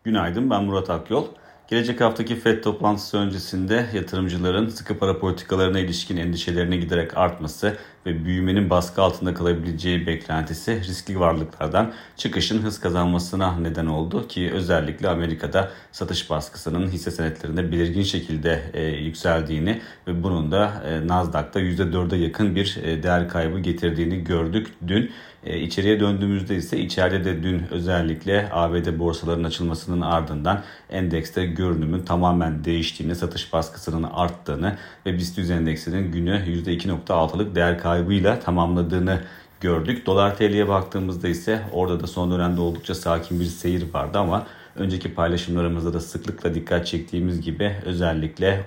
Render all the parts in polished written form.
Günaydın, ben Murat Akyol. Gelecek haftaki FED toplantısı öncesinde yatırımcıların sıkı para politikalarına ilişkin endişelerine giderek artması ve büyümenin baskı altında kalabileceği beklentisi riskli varlıklardan çıkışın hız kazanmasına neden oldu ki özellikle Amerika'da satış baskısının hisse senetlerinde belirgin şekilde yükseldiğini ve bunun da Nasdaq'ta %4'e yakın bir değer kaybı getirdiğini gördük dün. İçeriye döndüğümüzde ise içeride de dün özellikle ABD borsalarının açılmasının ardından endekste görünümün tamamen değiştiğini, satış baskısının arttığını ve BIST 100 endeksinin günü %2.6'lık değer kaybıyla tamamladığını gördük. Dolar TL'ye baktığımızda ise orada da son dönemde oldukça sakin bir seyir vardı ama önceki paylaşımlarımızda da sıklıkla dikkat çektiğimiz gibi özellikle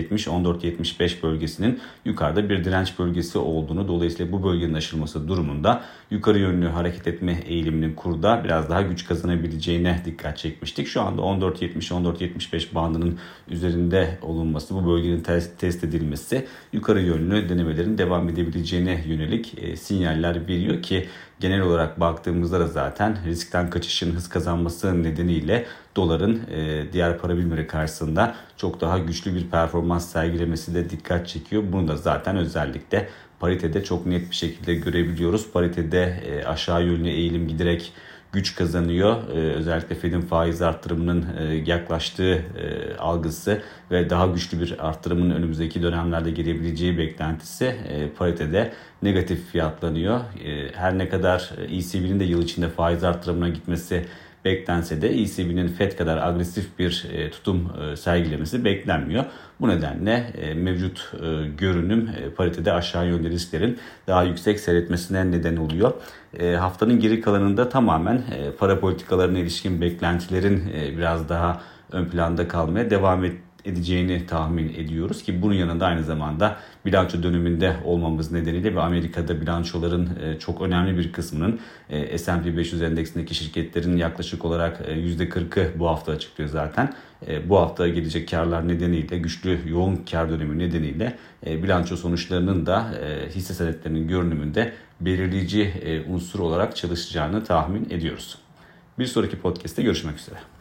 14.70-14.75 bölgesinin yukarıda bir direnç bölgesi olduğunu, dolayısıyla bu bölgenin aşılması durumunda yukarı yönlü hareket etme eğiliminin kurda biraz daha güç kazanabileceğine dikkat çekmiştik. Şu anda 14.70-14.75 bandının üzerinde olunması, bu bölgenin test edilmesi yukarı yönlü denemelerin devam edebileceğine yönelik sinyaller veriyor ki genel olarak baktığımızda da zaten riskten kaçışın hız kazanması nedeniyle doların diğer para birimleri karşısında çok daha güçlü bir performans sergilemesi de dikkat çekiyor. Bunu da zaten özellikle paritede çok net bir şekilde görebiliyoruz. Paritede aşağı yönlü eğilim giderek güç kazanıyor. Özellikle Fed'in faiz arttırımının yaklaştığı algısı ve daha güçlü bir arttırımın önümüzdeki dönemlerde gelebileceği beklentisi paritede negatif fiyatlanıyor. Her ne kadar ECB'nin de yıl içinde faiz arttırımına gitmesi beklense de ECB'nin Fed kadar agresif bir tutum sergilemesi beklenmiyor. Bu nedenle mevcut görünüm paritede aşağı yönlü risklerin daha yüksek seyretmesine neden oluyor. Haftanın geri kalanında tamamen para politikalarına ilişkin beklentilerin biraz daha ön planda kalmaya devam edeceğini tahmin ediyoruz ki bunun yanında aynı zamanda bilanço döneminde olmamız nedeniyle ve Amerika'da bilançoların çok önemli bir kısmının S&P 500 endeksindeki şirketlerin yaklaşık olarak %40'ı bu hafta açıklıyor zaten. Bu hafta gelecek karlar nedeniyle, güçlü yoğun kar dönemi nedeniyle bilanço sonuçlarının da hisse senetlerinin görünümünde belirleyici unsur olarak çalışacağını tahmin ediyoruz. Bir sonraki podcast'te görüşmek üzere.